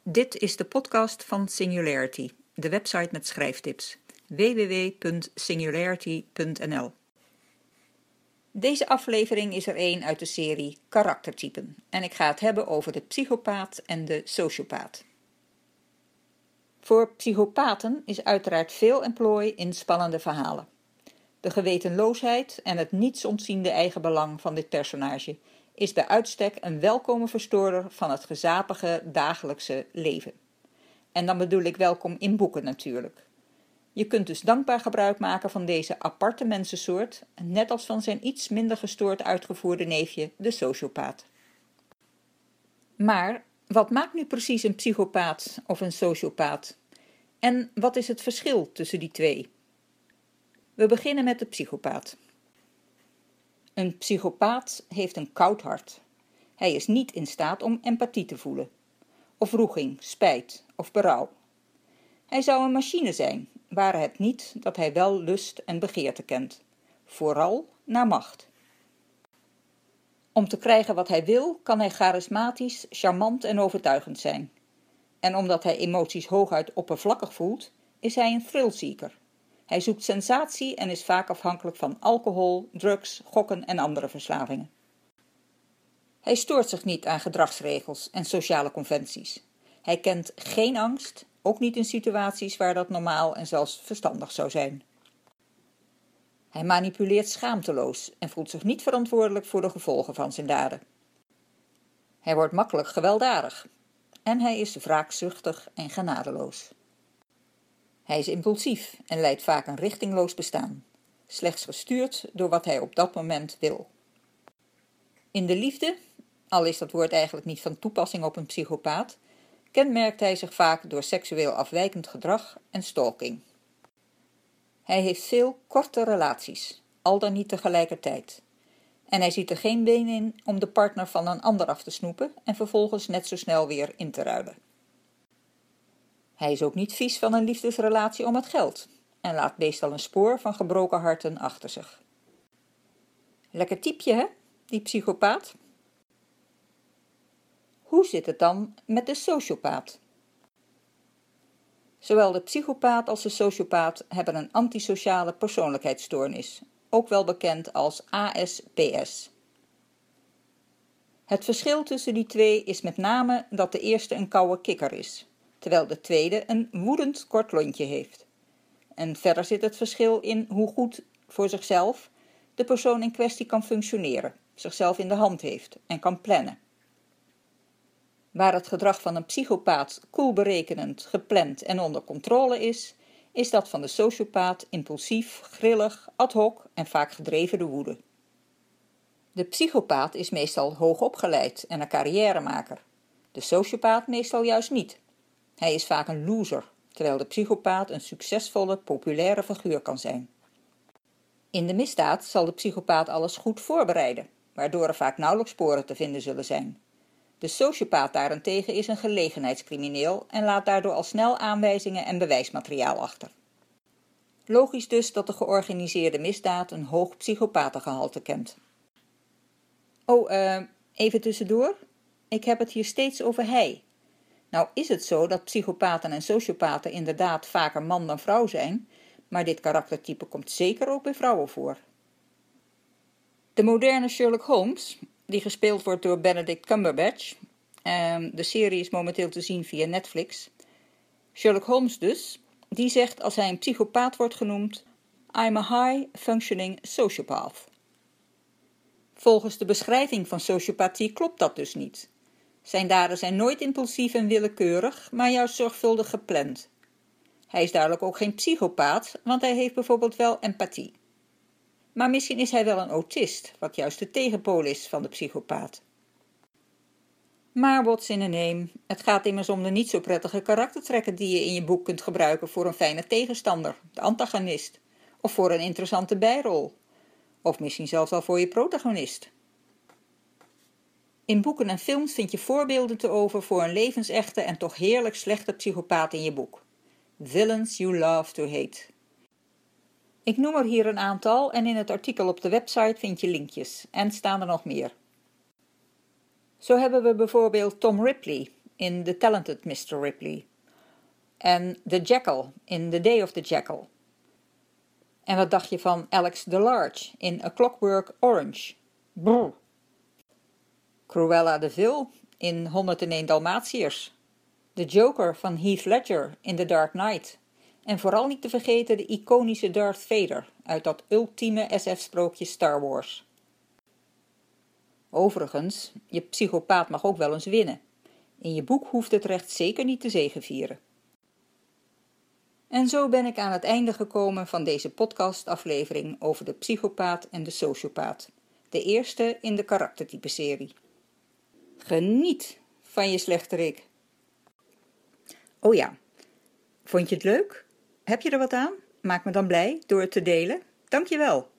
Dit is de podcast van Singularity, de website met schrijftips. www.singularity.nl. Deze aflevering is er één uit de serie Karaktertypen en ik ga het hebben over de psychopaat en de sociopaat. Voor psychopaten is uiteraard veel emplooi in spannende verhalen. De gewetenloosheid en het niets ontziende eigenbelang van dit personage is bij uitstek een welkome verstoorder van het gezapige dagelijkse leven. En dan bedoel ik welkom in boeken natuurlijk. Je kunt dus dankbaar gebruik maken van deze aparte mensensoort, net als van zijn iets minder gestoord uitgevoerde neefje, de sociopaat. Maar wat maakt nu precies een psychopaat of een sociopaat? En wat is het verschil tussen die twee? We beginnen met de psychopaat. Een psychopaat heeft een koud hart. Hij is niet in staat om empathie te voelen, of wroeging, spijt of berouw. Hij zou een machine zijn, ware het niet dat hij wel lust en begeerte kent, vooral naar macht. Om te krijgen wat hij wil, kan hij charismatisch, charmant en overtuigend zijn. En omdat hij emoties hooguit oppervlakkig voelt, is hij een thrillseeker. Hij zoekt sensatie en is vaak afhankelijk van alcohol, drugs, gokken en andere verslavingen. Hij stoort zich niet aan gedragsregels en sociale conventies. Hij kent geen angst, ook niet in situaties waar dat normaal en zelfs verstandig zou zijn. Hij manipuleert schaamteloos en voelt zich niet verantwoordelijk voor de gevolgen van zijn daden. Hij wordt makkelijk gewelddadig en hij is wraakzuchtig en genadeloos. Hij is impulsief en leidt vaak een richtingloos bestaan, slechts gestuurd door wat hij op dat moment wil. In de liefde, al is dat woord eigenlijk niet van toepassing op een psychopaat, kenmerkt hij zich vaak door seksueel afwijkend gedrag en stalking. Hij heeft veel korte relaties, al dan niet tegelijkertijd. En hij ziet er geen been in om de partner van een ander af te snoepen en vervolgens net zo snel weer in te ruilen. Hij is ook niet vies van een liefdesrelatie om het geld en laat meestal een spoor van gebroken harten achter zich. Lekker typje, hè, die psychopaat? Hoe zit het dan met de sociopaat? Zowel de psychopaat als de sociopaat hebben een antisociale persoonlijkheidsstoornis, ook wel bekend als ASPS. Het verschil tussen die twee is met name dat de eerste een koude kikker is, terwijl de tweede een woedend kort lontje heeft. En verder zit het verschil in hoe goed voor zichzelf de persoon in kwestie kan functioneren, zichzelf in de hand heeft en kan plannen. Waar het gedrag van een psychopaat koel berekenend, gepland en onder controle is dat van de sociopaat impulsief, grillig, ad hoc en vaak gedreven door woede. De psychopaat is meestal hoog opgeleid en een carrièremaker. De sociopaat meestal juist niet. Hij is vaak een loser, terwijl de psychopaat een succesvolle, populaire figuur kan zijn. In de misdaad zal de psychopaat alles goed voorbereiden, waardoor er vaak nauwelijks sporen te vinden zullen zijn. De sociopaat daarentegen is een gelegenheidscrimineel en laat daardoor al snel aanwijzingen en bewijsmateriaal achter. Logisch dus dat de georganiseerde misdaad een hoog psychopatengehalte kent. Even tussendoor. Ik heb het hier steeds over hij. Nou is het zo dat psychopaten en sociopaten inderdaad vaker man dan vrouw zijn, maar dit karaktertype komt zeker ook bij vrouwen voor. De moderne Sherlock Holmes, die gespeeld wordt door Benedict Cumberbatch, de serie is momenteel te zien via Netflix. Sherlock Holmes dus, die zegt als hij een psychopaat wordt genoemd, I'm a high-functioning sociopath. Volgens de beschrijving van sociopathie klopt dat dus niet. Zijn daden zijn nooit impulsief en willekeurig, maar juist zorgvuldig gepland. Hij is duidelijk ook geen psychopaat, want hij heeft bijvoorbeeld wel empathie. Maar misschien is hij wel een autist, wat juist de tegenpool is van de psychopaat. Maar what's in a name? Het gaat immers om de niet zo prettige karaktertrekken die je in je boek kunt gebruiken voor een fijne tegenstander, de antagonist, of voor een interessante bijrol, of misschien zelfs wel voor je protagonist. In boeken en films vind je voorbeelden te over voor een levensechte en toch heerlijk slechte psychopaat in je boek. Villains you love to hate. Ik noem er hier een aantal en in het artikel op de website vind je linkjes en staan er nog meer. Zo hebben we bijvoorbeeld Tom Ripley, in The Talented Mr. Ripley. En The Jackal in The Day of the Jackal. En wat dacht je van Alex DeLarge in A Clockwork Orange? Brr. Cruella de Vil in 101 Dalmatiërs. De Joker van Heath Ledger in The Dark Knight. En vooral niet te vergeten de iconische Darth Vader uit dat ultieme SF-sprookje Star Wars. Overigens, je psychopaat mag ook wel eens winnen. In je boek hoeft het recht zeker niet te zegevieren. En zo ben ik aan het einde gekomen van deze podcastaflevering over de psychopaat en de sociopaat. De eerste in de karaktertypeserie. Geniet van je slechterik. Oh ja, vond je het leuk? Heb je er wat aan? Maak me dan blij door het te delen. Dank je wel.